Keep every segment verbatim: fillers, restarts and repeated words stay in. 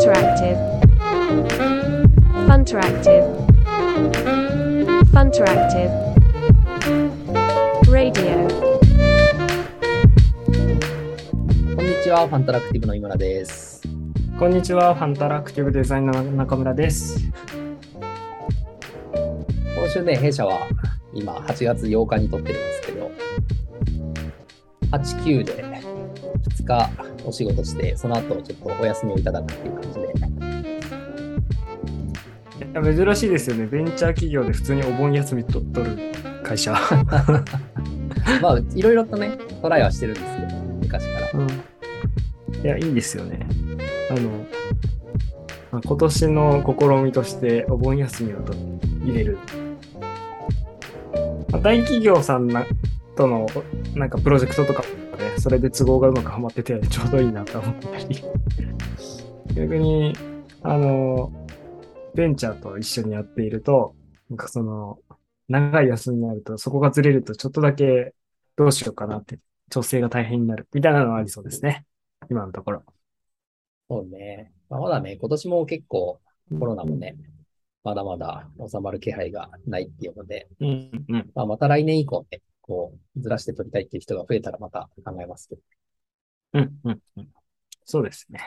Funteractive Funteractive Funteractive Radio こんにちは、ファンタラクティブの井村です。 こんにちは、ファンタラクティブデザイナーの中村です。 今週ね、弊社は今はちがつようかに撮ってるんですけど、はち、きゅうでふつかお仕事して、その後ちょっとお休みをいただくっていう感じで。 いや珍しいですよね。ベンチャー企業で普通にお盆休みと取る会社。 まあ、いろいろとね、トライはしてるんですけど、昔から。 うん、いや、いいですよね。あの、まあ、今年の試みとしてお盆休みをと入れる。まあ、大企業さんなとのなんかプロジェクトとかで、それで都合がうまくはまっててちょうどいいなと思ったり。逆に、あの、ベンチャーと一緒にやっていると、なんかその、長い休みになると、そこがずれるとちょっとだけどうしようかなって、調整が大変になるみたいなのはありそうですね。今のところ。 そうね。まあ、まだね、今年も結構コロナもね、まだまだ収まる気配がないっていうので、 うんうん。 まあ、また来年以降ね、こう、ずらして撮りたいっていう人が増えたらまた考えますけど。 うんうんうん。そうですね。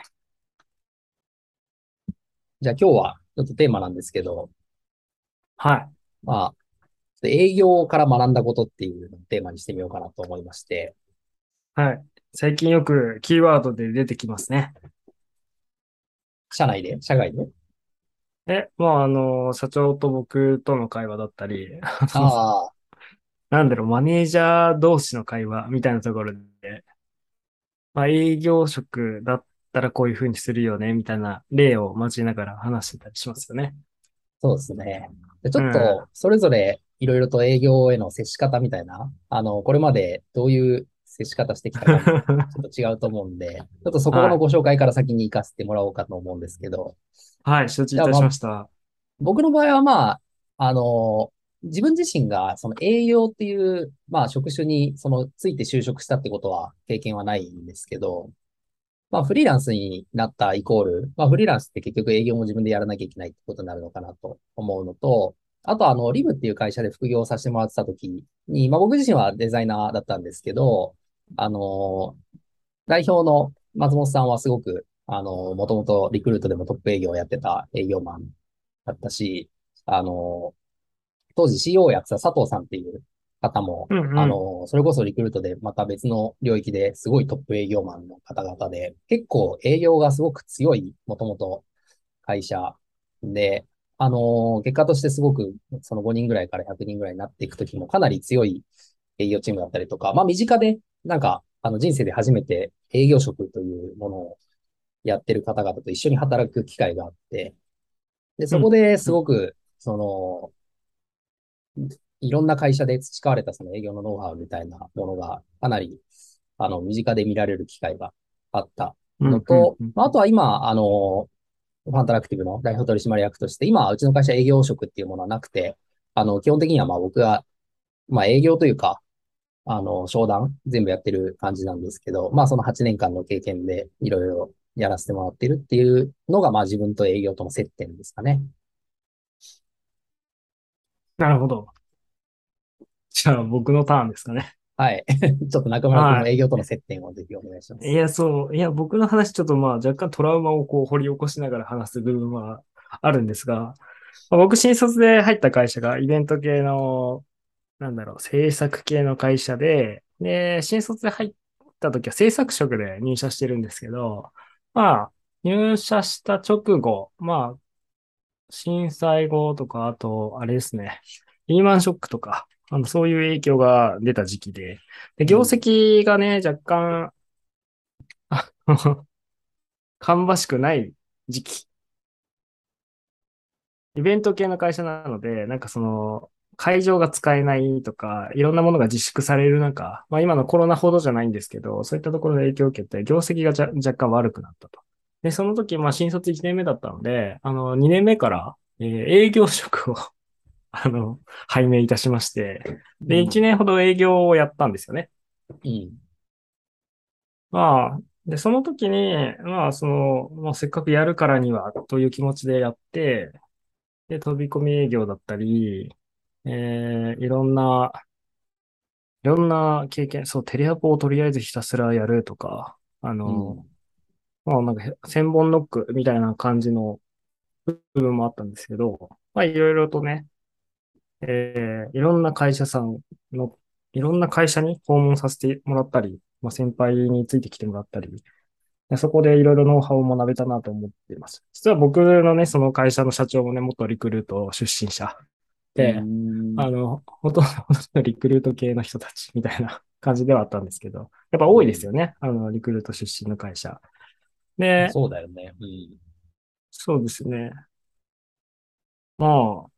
じゃあ今日はちょっとテーマなんですけど、 はい。 まあ、営業から学んだことっていうのをテーマにしてみようかなと思いまして。 はい。最近よくキーワードで出てきますね。 社内で社外でえ、まあ、あの、社長と僕との会話だったり、あのああ、 なんだろう、マネージャー同士の会話みたいなところで、まあ、営業職だったらこういうふうにするよね、みたいな例を交えながら話してたりしますよね。 そうですね。でちょっうん。 と、それぞれいろいろと営業への接し方みたいな、あの、これまでどういう接し方してきたかみたいな、ちょっと違うと思うんで、ちょっとそこのはい。 ご紹介から先に行かせてもらおうかと思うんですけど、 はい、承知いたじゃあまあ、 しました。 僕の場合はまあ、あの、自分自身がその営業っていう、まあ職種にそのついて就職したってことは経験はないんですけど、まあフリーランスになったイコール、まあフリーランスって結局営業も自分でやらなきゃいけないってことになるのかなと思うのと、あとあの、リブっていう会社で副業させてもらってた時に、まあ僕自身はデザイナーだったんですけど、あの、代表の松本さんはすごく、あの、もともとリクルートでもトップ営業をやってた営業マンだったし、あの、当時 シーイーオー をやってた佐藤さんっていう方も、 うんうん。 あの、それこそリクルートでまた別の領域ですごいトップ営業マンの方々で、結構営業がすごく強い、もともと会社で、あの、結果としてすごくそのごにんぐらいからひゃくにんぐらいになっていくときもかなり強い営業チームだったりとか、まあ身近で、なんか、あの人生で初めて営業職というものをやってる方々と一緒に働く機会があって、で、そこうん。 ですうん。 ごく、その、いろんな会社で培われたその営業のノウハウみたいなものがかなり、あの、身近で見られる機会があったうん。うん。 のと、 うん。 まあ、あとは今、あの、ファンタラクティブの代表取締役として、今、うちの会社営業職っていうものはなくて、あの、基本的にはまあ僕が、まあ営業というか、あの、商談全部やってる感じなんですけど、まあそのはちねんかんの経験でいろいろやらせてもらってるっていうのが、まあ自分と営業との接点ですかね。 なるほど。じゃあ僕のターンですかね。 はい。ちょっと中村君のは営業との接点をぜひお願いしまい。いす。 や、そう。いや、僕の話ちょっとまあ若干トラウマをこう掘り起こしながら話す部分はあるんですが、まあ僕新卒で入った会社がイベント系の、なんだろう、制作系の会社で、で、新卒で入った時は制作職で入社してるんですけど、まあ、入社した直後、まあ、震災後とか、あと、あれですね、リーマンショックとか、あの、そういう影響が出た時期で、で、業うん。 績がね、若干、あの芳しくない時期。イベント系の会社なので、なんかその、会場が使えないとか、いろんなものが自粛される中、まあ今のコロナほどじゃないんですけど、そういったところで影響を受けて、業績がじゃ若干悪くなったと。で、その時、まあ新卒いちねんめだったので、あの、にねんめから、えー営業職をあの、拝命いたしまして、で、1 うん。 年ほど営業をやったんですよね。 うん。 まあ、 で、その時に、まあ、その、まあ、せっかくやるからには、という気持ちでやって、で、飛び込み営業だったり、えー、いろんな、いろんな経験、そう、テレアポをとりあえずひたすらやるとか、あの、 うん。 まあ、なんか、千本ノックみたいな感じの部分もあったんですけど、まあ、いろいろとね、えー、いろんな会社さんの、いろんな会社に訪問させてもらったり、まあ、先輩についてきてもらったり、でそこでいろいろノウハウを学べたなと思っています。実は僕のね、その会社の社長もね、元リクルート出身者うーで、あん。 の、ほとんどリクルート系の人たちみたいな感じではあったんですけど、やっぱ多いですうん。 よね。あの、リクルート出身の会社。で、 そうだよね。うん。 そうですね。まあ、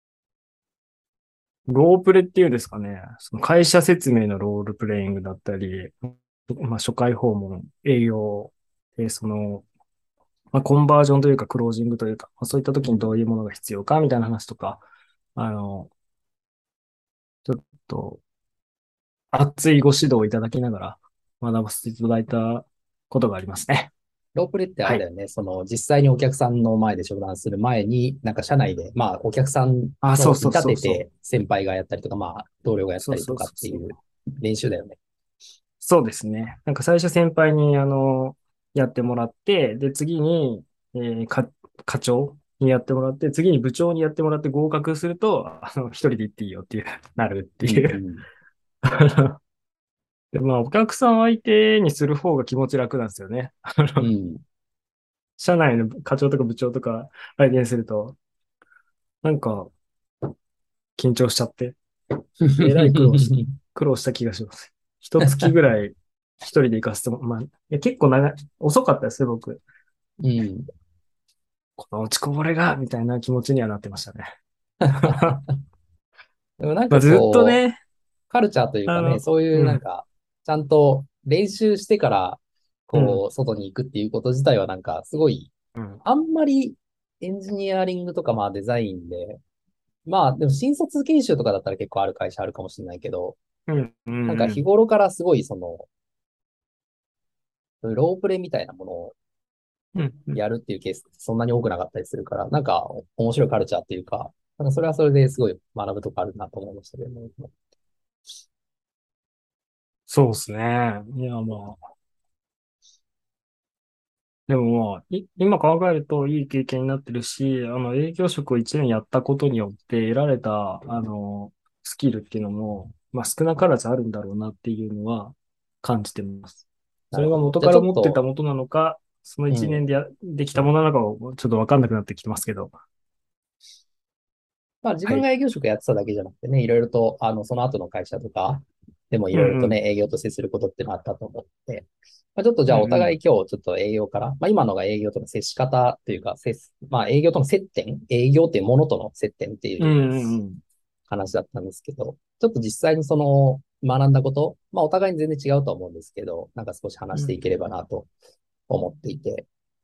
ロープレっていうんですかね。その会社説明のロールプレイングだったり、まあ、初回訪問、営業、で、その、まあ、コンバージョンというか、クロージングというか、まあ、そういった時にどういうものが必要かみたいな話とか、あの、ちょっと熱いご指導をいただきながら学ばせていただいたことがありますね。 ロープレってあはい。 れだよね。その、実際にお客さんの前で商談する前に、なんか社内で、まあ、お客さんあ、そうそうの見立そうそう。 てて、先輩がやったりとか、まあ、同僚がやったりとそうそうかっていうそうそう。 練習だよね。 そうですね。なんか最初先輩に、あの、やってもらって、で、次に、えーか、課長にやってもらって、次に部長にやってもらって合格すると、あの、一人で行っていいよっていう、なるってうんいう。 うん。 で、まあ、お客さん相手にする方が気持ち楽なんですよね。あの、 うん。 社内の課長とか部長とか相手にすると、なんか緊張しちゃって、えらい苦労し、苦労した気がします。一月ぐらい一人で行かせても、まあ、いや結構長い、遅かったですね、僕。 うん。 この落ちこぼれが、みたいな気持ちにはなってましたね。 でもなんかまあ、ずっとこう、 ね、 カルチャーというかね、 あの、 そういううん、 なんか、ちゃんと練習してから、 うん、 こう、外に行くっていうこと自体はなんか、すごい、 うん、 あんまりエンジニアリングとかまあデザインで、まあでも新卒研修とかだったら結構ある会社あるかもしれないけど、 うん、うなんか日ん、 頃からすごいその、ロープレみたいなものをうん、うん。 やるっていうケースってそんなに多くなかったりするから、なんか面白いカルチャーっていうか、なんかそれはそれですごい学ぶとこあるなと思いましたけどね。 そうですね。いや、まあ、でもまあ、い今考えるといい経験になってるし、あの、営業職をいちねんやったことによって得られた、あの、スキルっていうのも、まあ少なからずあるんだろうなっていうのは感じてます。それがなるほど。じゃあ元から持ってたちょっと、 ものなのか、その1 うん。 年でやできたものなのかをちょっとわかんなくなってきてますけど。 まあ自はい。 分が営業職やってただけじゃなくてね、いろいろと、あの、その後の会社とかでもいうんうん。 ろいろとね、営業と接することってのあったと思って、まあ、ちょっとじゃあおうんうん。 互い今日ちょっと営業から、まあ今のが営業との接し方というか、接す、まあ営業との接点、営業っていうものとの接点っていううんうんうん。 話だったんですけど、ちょっと実際にその学んだこと、まあお互いに全然違うとは思うんですけど、なんか少し話していければなと思っていて、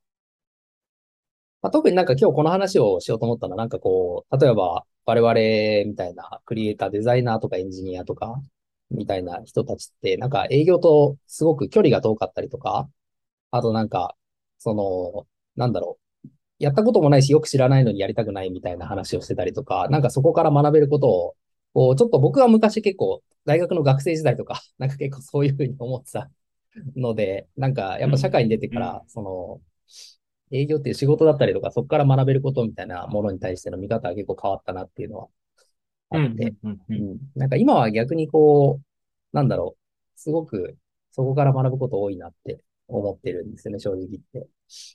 まあ、特になんか今日この話をしようと思ったのは、なんかこう、例えば我々みたいなクリエイター、デザイナーとかエンジニアとかみたいな人たちって、なんか営業とすごく距離が遠かったりとか、あとなんか、その、なんだろう、やったこともないし、よく知らないのにやりたくないみたいな話をしてたりとか、なんかそこから学べることを、こう、ちょっと僕は昔結構、大学の学生時代とか、なんか結構そういうふうに思ってたので、なんかやっぱ社会に出うんうんてから、 うん。 その、営業っていう仕事だったりとか、そこから学べることみたいなものに対しての見方は結構変わったなっていうのはあうんうって、 んうんうん。 うん。なんか今は逆にこう、なんだろう、すごくそこから学ぶこと多いなって思ってるんですよね、正直言って。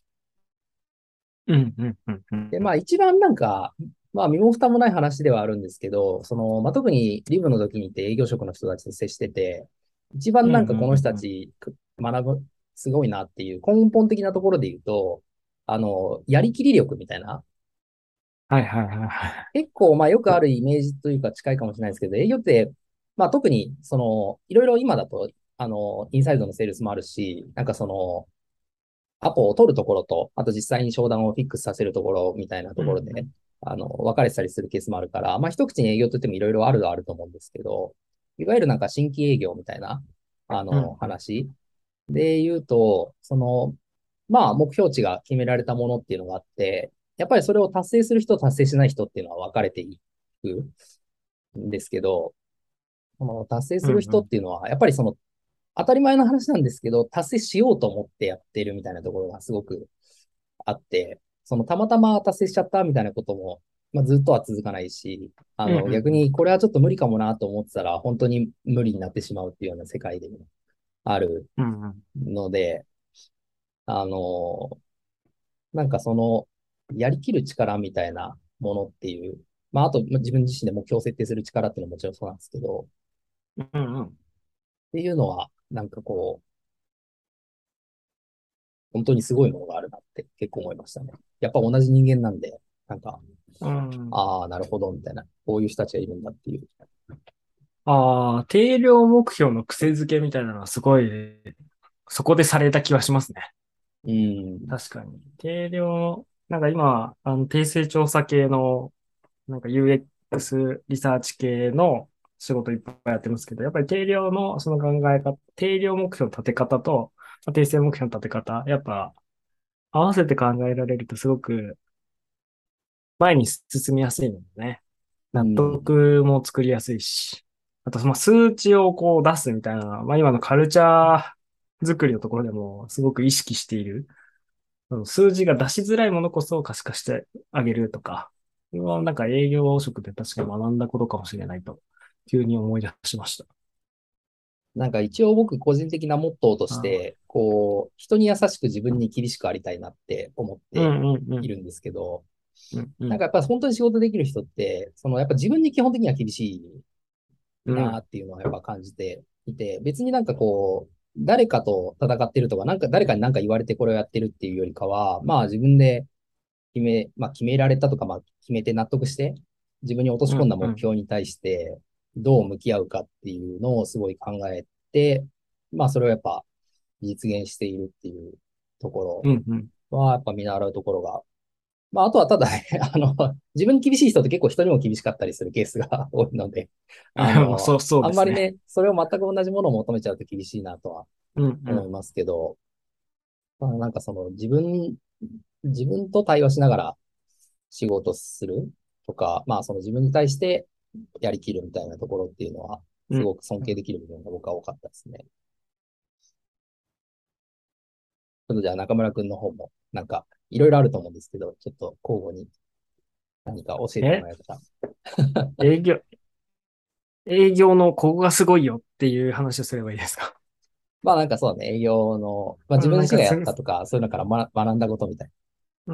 うんうんうんうで、まん。 あ一番なんか、まあ身も蓋もない話ではあるんですけど、その、まあ特にリブの時にって営業職の人たちと接してて、一番なんかこの人たち学ぶ、すごいなっていう根本的なところで言うと、あの、やりきり力みたいな、 はいはいはいはい。 結構、まあよくあるイメージというか近いかもしれないですけど、営業って、まあ特に、その、いろいろ今だと、あの、インサイドのセールスもあるし、なんかその、アポを取るところと、あと実際に商談をフィックスさせるところみたいなところで、 うんあの、分かれてたりするケースもあるから、まあ一口に営業といってもいろいろあるはあると思うんですけど、いわゆるなんか新規営業みたいな、あの、 うんうん。 話。 で言うと、その、まあ、目標値が決められたものっていうのがあって、やっぱりそれを達成する人、達成しない人っていうのは分かれていくんですけど、その達成する人っうんていうのは、やっぱりその当たり前の話なんですけど、達成しようと思ってやってるみたいなところがすごくあって、そのたまたま達成しちゃったみたいなことも、まあ、ずっとは続かないし、あうん。うんの逆うんにこれはちょっと無理かもなと思ってたら、本当に無理になってしまうっていうような世界でもあるうん。うんので、あの、なんかその、やりきる力みたいなものっていう、まあ、あとまあ自分自身で目標を設定する力っていうのももちろんそうなんですけど、っうんうん。 ていうのは、なんかこう、本当にすごいものがあるなって結構思いましたね。やっぱ同じ人間なんで、なんか、 うんああ、なるほど、みたいな。こういう人たちがいるんだっていう。 ああ、定量目標の癖づけみたいなのはすごい、そこでされた気はしますね。 うん。 確かに。定量、なんか今、あの、定性調査系の、なんか ユーエックス リサーチ系の仕事いっぱいやってますけど、やっぱり定量のその考え方、定量目標の立て方と、まあ定性目標の立て方、やっぱ合わせて考えられるとすごく前に進みやすいのでね。納うん。 得も作りやすいし。あと、まあ、数値をこう出すみたいなのは、まあ、今のカルチャー作りのところでもすごく意識している。その数字が出しづらいものこそ可視化してあげるとか。これはなんか営業職で確かに学んだことかもしれないと、急に思い出しました。 なんか一応僕個人的なモットーとしあて、こう、人に優しく自分に厳しくありたいなって思ってうんうんうん。 いるんですけど、 うんうん。 なんかやっぱ本当に仕事できる人って、そのやっぱ自分に基本的には厳しいうん。 なっていうのはやっぱ感じていて、別になんかこう、誰かと戦ってるとか、なんか誰かに何か言われてこれをやってるっていうよりかは、まあ自分で決め、まあ決められたとか、まあ決めて納得して、自分に落とし込んだ目うんうん。 標に対してどう向き合うかっていうのをすごい考えて、まあそれをやっぱ実現しているっていうとこうんうん。 ろは、やっぱ見習うところが、まああとはただね、あの、自分に厳しい人って結構人にも厳しかったりするケースが多いので、あまあ、その、 うそうですね。 あんまりね、それを全く同じものを求めちゃうと厳しいなとはうんうん。 思いますけど、まあ、なんかその自分、自分と対話しながら仕事するとか、まあその自分に対してやりきるみたいなところっていうのは、すうんごく尊敬うん。 できる部分が僕は多かったですね。ちょっとじゃあ中村くんの方も、なんかいろいろあると思うんですけど、ちょっと交互に何か教えてもえ、 らえたら。 営業、営業のここがすごいよっていう話をすればいいですか？ まあなんかそうだね、営業の、まあうん、 自分なんかす、 自身がやったとか、そういうのからま学んだことみたいうん。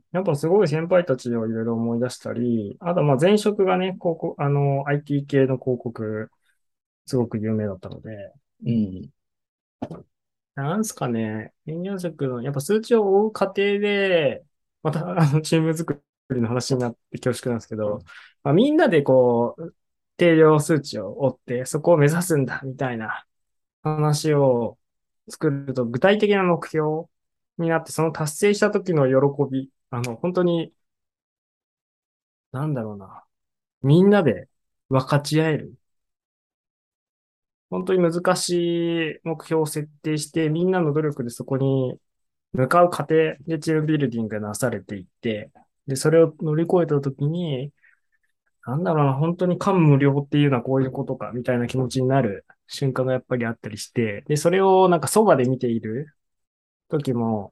やっぱすごい先輩たちをいろいろ思い出したり、あとまあ前職がね、広告、あの、アイティー 系の広告、すごく有名だったので、 な。うん。 なんすかね、営業職の、やっぱ数値を追う過程で、また、あの、チーム作りの話になって恐縮なんですけど、まあ、みんなでこう、定量数値を追って、そこを目指すんだ、みたいな話を作ると、具体的な目標になって、その達成した時の喜び、あの、本当に、なんだろうな、みんなで分かち合える。本当に難しい目標を設定して、みんなの努力でそこに向かう過程でチームビルディングがなされていって、で、それを乗り越えたときに、なんだろうな、本当に感無量っていうのはこういうことか、みたいな気持ちになる瞬間がやっぱりあったりして、で、それをなんかそばで見ている時も、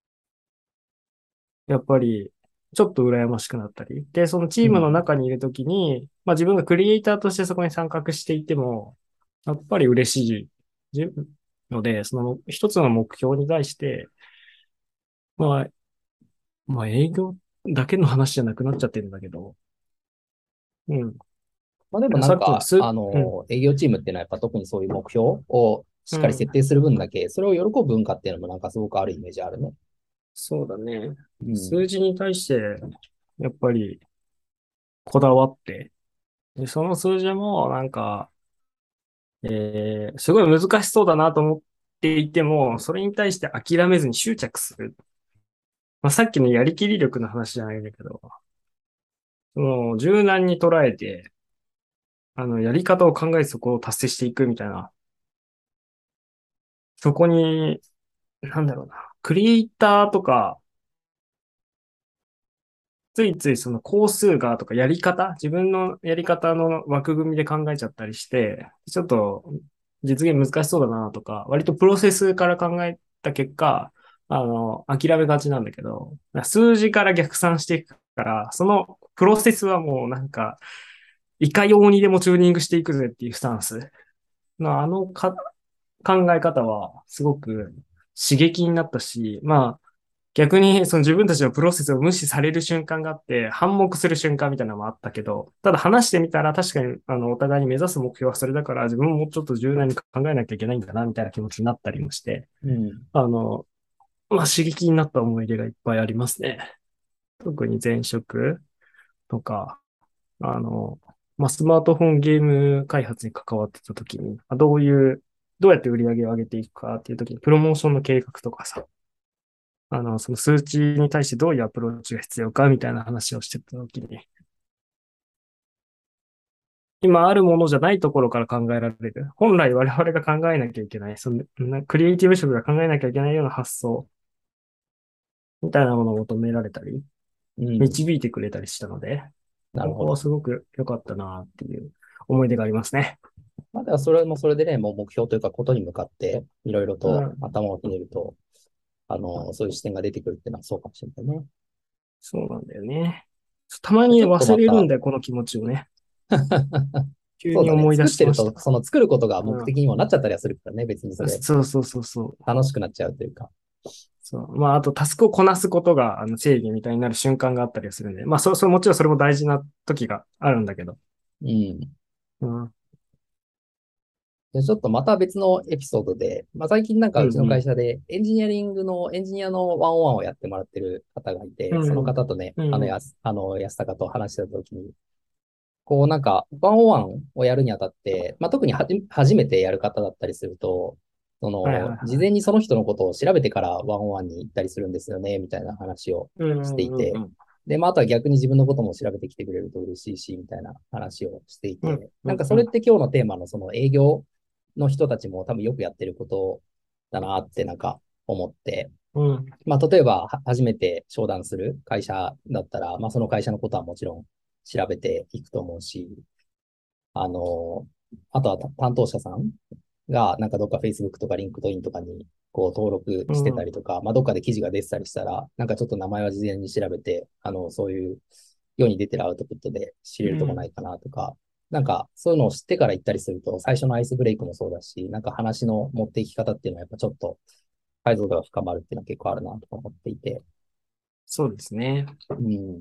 やっぱりちょっと羨ましくなったり、で、そのチームのうん。 中にいる時に、まあ自分がクリエイターとしてそこに参画していても、やっぱり嬉しいじので、その一つの目標に対して、まあ、まあ営業だけの話じゃなくなっちゃってるんだけど、うん。 まあでもなさっきのんか、あす、うん、 の、営業チームっていうのはやっぱ特にそういう目標をしっかり設うん。 定する分だけ、それを喜ぶ文化っていうのもなんかすごくあるイメージあるね。 そうだね。 うん。 数字に対して、やっぱりこだわって、で、その数字もなんか、えー、すごい難しそうだなと思っていても、それに対して諦めずに執着する。まあ、さっきのやりきり力の話じゃないんだけど、その柔軟に捉えて、あの、やり方を考えてそこを達成していくみたいなそこに、なんだろうな、クリエイターとか、ついついその工数がとかやり方、自分のやり方の枠組みで考えちゃったりして、ちょっと実現難しそうだなとか、割とプロセスから考えた結果、あの、諦めがちなんだけど、数字から逆算していくから、そのプロセスはもうなんか、いかようにでもチューニングしていくぜっていうスタンスのあのか考え方はすごく刺激になったし、まあ、逆にその自分たちのプロセスを無視される瞬間があって、反目する瞬間みたいなのもあったけど、ただ話してみたら確かにあのお互いに目指す目標はそれだから自分ももうちょっと柔軟に考えなきゃいけないんだなみたいな気持ちになったりもして、 うん。 あの、まあ刺激になった思い出がいっぱいありますね。特に前職とか、あの、まあ、スマートフォンゲーム開発に関わってた時に、まあどういう、どうやって売り上げを上げていくかっていう時に、プロモーションの計画とかさ、あの、その数値に対してどういうアプローチが必要かみたいな話をしてた時に、今あるものじゃないところから考えられる。本来我々が考えなきゃいけない、その、なクリエイティブ職が考えなきゃいけないような発想みたいなものを求められたり、 うん。 導いてくれたりしたので、ここはなるほど。 すごく良かったなっていう思い出がありますね。 まあ、だからそれもそれでね、もう目標というかことに向かって、いろいろとうん、 頭をひねると、あの、そういう視点が出てくるっていうのはそうかもしれないね。 そうなんだよね。たまでちょっとに忘また、 れるんだよ、この気持ちをね。急そうだね。 に思い出作ってると、 しました。 その作ることが目うん。 的にもなっちゃったりはするからね、別にそれ、 そうそうそうそう。 楽しくなっちゃうというか。 そう。まあ、あとタスクをこなすことが、あの、正義みたいになる瞬間があったりするんで、まあ、そう、そう、もちろんそれも大事な時があるんだけど。 うん。 うん。 で、ちょっとまた別のエピソードで、まあ、最近なんかうちのうんうん。 会社でエンジニアリングの、エンジニアのワンオンワンをやってもらってる方がいて、そのうんうん。 方とね、あの、 うんうん。 やす、あの、安高と話してた時に、こうなんか、ワンオンワンをやるにあたって、まあ、特にはじ、初めてやる方だったりすると、そはいはいの、事はい。 前にその人のことを調べてからワンオンワンに行ったりするんですよね、みたいな話をうんうしていて、 んうんうん。 で、まあ、あとは逆に自分のことも調べてきてくれると嬉しいし、みたいな話をしていうんて、なんかそれっうんうん。 て今日のテーマのその営業の人たちも多分よくやってることだなってなんか思って、 うん。 まあ、例えばは初めて商談する会社だったら、まあ、その会社のことはもちろん調べていくと思うし、あの、あとは担当者さんが、なんかどっか Facebook とか LinkedIn とかにこう登録してたうん。 りとか、まあ、どっかで記事が出てたりしたら、なんかちょっと名前は事前に調べて、あの、そういう世に出てるアウトプットで知れるとこないかなとか、なんかそういうのを知ってから行ったりすると、最初のアイスブレイクもそうだし、なんか話の持っていき方っていうのはやっぱちょっと解像度が深まるっていうのは結構あるなと思っていて、 そうですね。 うん、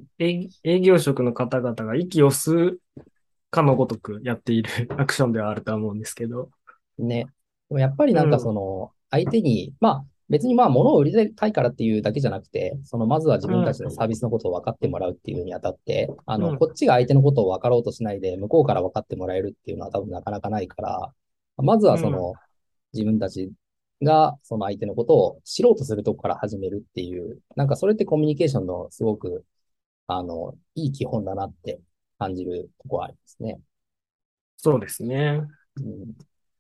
営営業職の方々が息を吸うかのごとくやっているアクションではあるとは思うんですけど。 ね。でもやっぱりなんかそうん。 の、相手に、まあ別にまあ物を売りたいからっていうだけじゃなくて、そのまずは自うん。 分たちのサービスのことを分かってもらうっていうにあたって、あの、 うん。 こっちが相手のことを分かろうとしないで、向こうから分かってもらえるっていうのは多分なかなかないから、まずはうん。 その自分たちがその相手のことを知ろうとするとこから始めるっていう、なんかそれってコミュニケーションのすごく、あの、いい基本だなって感じるところはありますね。 そうですね。 うん、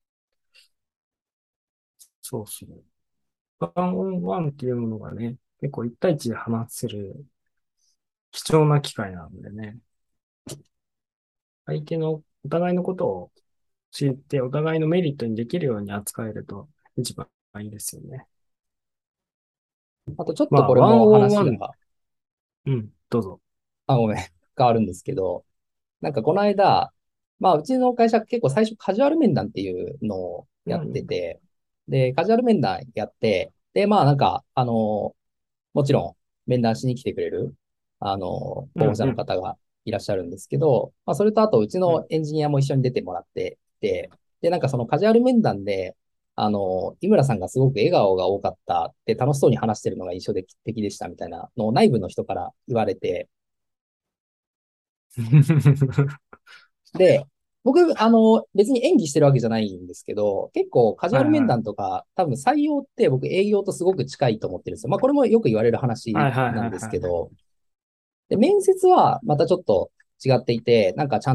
そうそう。ワンオンワンっていうものがね、結構一対一で話せる貴重な機会なのでね、相手のお互いのことを知ってお互いのメリットにできるように扱えると一番いいですよね。 あとちょっまあ、 とこれもワンオンワン、 話が、 うん、どうぞ。 あ、ごめん、変わるんですけど、なんかこの間、まあ、うちの会社結構最初カジュアル面談っていうのをやってうん、 て、で、カジュアル面談やって、で、まあなんか、あの、もちろん面談しに来てくれる、あの、 うん、 候補者うん、 の方がいらっしゃるんですけど、まあそれとあとうちうん。 のエンジニアも一緒に出てもらっていて、で、なんかそのカジュアル面談で、あの、井村さんがすごく笑顔が多かったって楽しそうに話してるのが印象的でしたみたいなのを内部の人から言われて、で、僕、あの、別に演技してるわけじゃないんですけど、結構カジュアル面はいはい。 談とか、多分採用って僕営業とすごく近いと思ってるんですよ。まあこれもよく言われる話はいはいはいなんですはいはい。 けど、で、面接はまたちょっと違っていて、なんかちゃんと、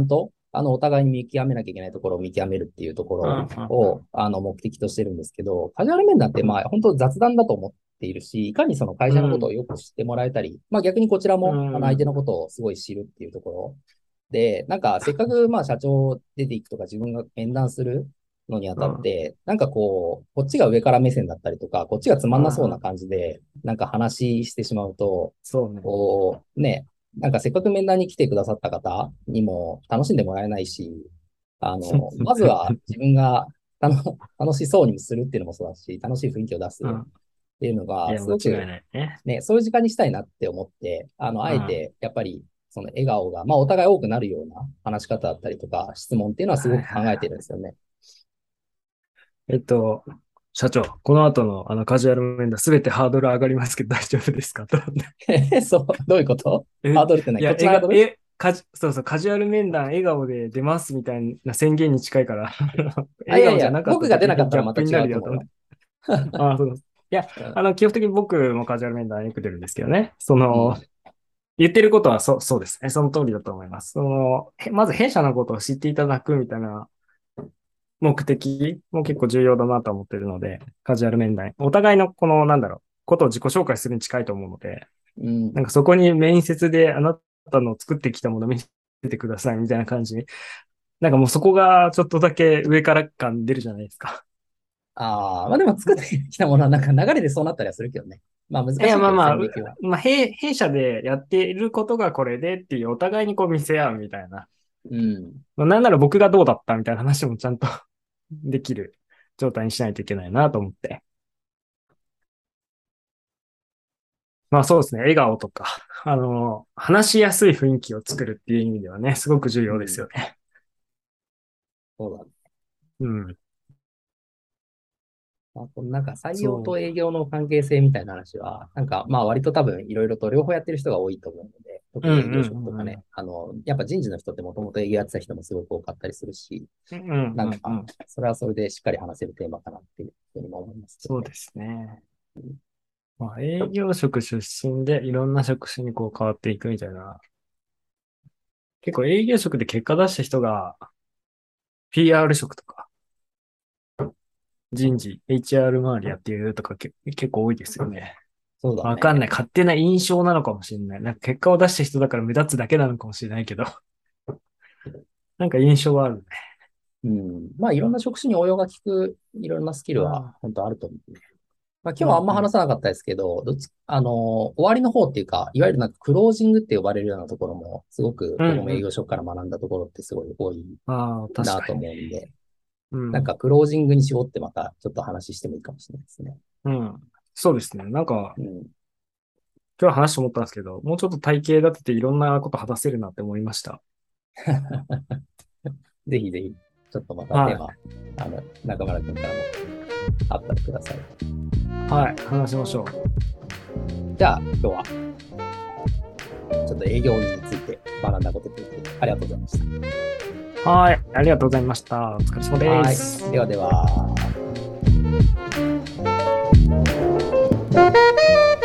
あの、お互いに見極めなきゃいけないところを見極めるっていうところを、あの、目的としてるんですけど、カジュアル面談って、まあ、本当雑談だと思っているし、いかにその会社のことをよく知ってもらえたり、まあ逆にこちらも、あの、相手のことをすごい知るっていうところで、なんか、せっかく、まあ、社長出ていくとか自分が面談するのにあたって、なんかこう、こっちが上から目線だったりとか、こっちがつまんなそうな感じで、なんか話してしまうと、 そうね。 こう、ね、なんかせっかく面談に来てくださった方にも楽しんでもらえないし、あの、まずは自分が楽楽しそうにするっていうのもそうだし、楽しい雰囲気を出すっうん。 ていうのが、 いや、間違いすごくないね。 ね、そういう時間にしたいなって思って、あの、あうん。 えて、やっぱり、その笑顔が、まあ、お互い多くなるような話し方だったりとか、質問っていうのはすはいごく考えてはいはい。 るんですよね。 えっと、社長、この後のあのカジュアル面談すべてハードル上がりますけど大丈夫ですかと。 え、そう、どういうこと？ハえ、 ードルってない？こいや、えが、 っちのハードル？ え、カジ、そうそう、カジュアル面談笑顔で出ますみたいな宣言に近いからあ、い笑顔じゃやいや、 なかった時僕が出なかっにギャップにたらまた違なるよと思って。 うと思うよ。 あ、そうです。いや、 うん。 あの、基本的に僕もカジュアル面談よく出るんですけどね。その、 うん。 言ってることはそう、そうですね。その通りだと思います。その、へまず弊社のことを知っていただくみたいな目的も結構重要だなと思ってるので、カジュアル面談。お互いのこの、なんだろう、ことを自己紹介するに近いと思うので、 うん。 なんかそこに面接であなたの作ってきたものを見せてくださいみたいな感じに、なんかもうそこがちょっとだけ上から感出るじゃないですか。 ああ、まあでも作ってきたものはなんか流れでそうなったりはするけどね。まあ難いや、 しいけど、 まあまあ、 線引きは。 まあ、弊、弊社でやっていることがこれでっていうお互いにこう見せ合うみたいな。 うん。 まあなんなら僕がどうだったみたいな話もちゃんとできる状態にしないといけないなと思って。まあそうですね。笑顔とか、あの、話しやすい雰囲気を作るっていう意味ではね、すごく重要ですうん。 よね。 そうだね。 うん。 まあ、このなんか採用とそ営業の関係性みたいな話は、なんかまあ割と多分いろいろと両方やってる人が多いと思うので、特う。うんうに営業職とかね、 んうんあの、やっぱ人事の人ってもともと営業やってた人もすごく多かったりするし、 うん。うんなんか、 うんうん。 それはそれでしっかり話せるテーマかなっていうふうにも思いますけどね。 そうですね。まあ、営業職出身でいろんな職種にこう変わっていくみたいな。結構営業職で結果出した人が ピーアール 職とか人事、エイチアール 周りやっているとかけ結構多いですよね。 そうだね。 わかんない。勝手な印象なのかもしれない。なんか結果を出した人だから目立つだけなのかもしれないけど、なんか印象はあるね。 うん。まあいろんな職種に応用が効くいろんなスキルはあ本当あると思うね。まああ、 今日はあんまうんうん。 話さなかったですけど、どっち、あの、終わりの方っていうか、いわゆるなんかクロージングって呼ばれるようなところも、すごくうん僕も営業うん。 職から学んだところってすごい多いああ、確なとかにね。 思うんで、 うん。 なんかクロージングに絞ってまたちょっと話してもいいかもしれないですね。 うん。そうですね。なんか、 うん。 今日話して思ったんですけど、もうちょっと体系立てていろんなこと話せるなって思いました。 ぜひぜひ、ちょっとまたテーマ、 はい。 あの、中村くんからもあったらください。 はい。話しましょう。 じゃあ、今日はちょっと営業について学んだことについてありがとうございましはい。ありがとうございました。お疲れ様た。はい。 です。 ではでは。